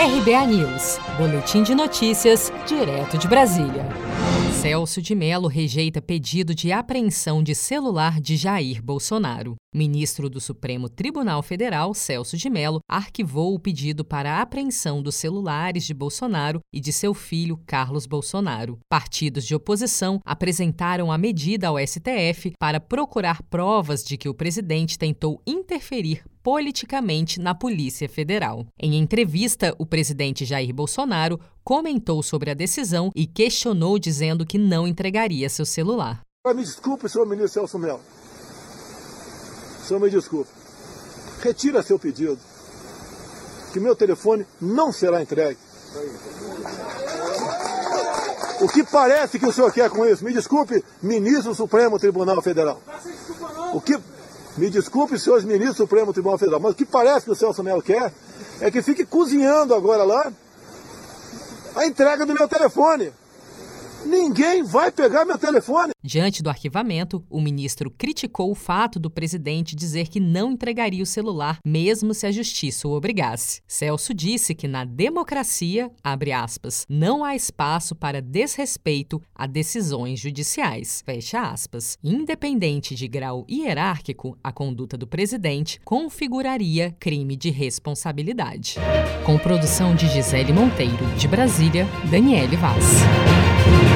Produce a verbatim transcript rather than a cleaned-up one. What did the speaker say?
R B A News, boletim de notícias, direto de Brasília. Celso de Mello rejeita pedido de apreensão de celular de Jair Bolsonaro. Ministro do Supremo Tribunal Federal, Celso de Mello, arquivou o pedido para a apreensão dos celulares de Bolsonaro e de seu filho, Carlos Bolsonaro. Partidos de oposição apresentaram a medida ao S T F para procurar provas de que o presidente tentou interferir politicamente na Polícia Federal. Em entrevista, o presidente Jair Bolsonaro comentou sobre a decisão e questionou dizendo que não entregaria seu celular. Me desculpe, senhor ministro Celso Mello. O senhor me desculpe. Retira seu pedido, que meu telefone não será entregue. O que parece que o senhor quer com isso? Me desculpe, ministro do Supremo Tribunal Federal. O que... Me desculpe, senhores ministros do Supremo Tribunal Federal, mas o que parece que o Celso Mello quer é que fique cozinhando agora lá a entrega do meu telefone. Ninguém vai pegar meu telefone. Diante do arquivamento, o ministro criticou o fato do presidente dizer que não entregaria o celular, mesmo se a justiça o obrigasse. Celso disse que na democracia, abre aspas, não há espaço para desrespeito a decisões judiciais, fecha aspas. Independente de grau hierárquico, a conduta do presidente configuraria crime de responsabilidade. Com produção de Gisele Monteiro, de Brasília, Daniele Vaz.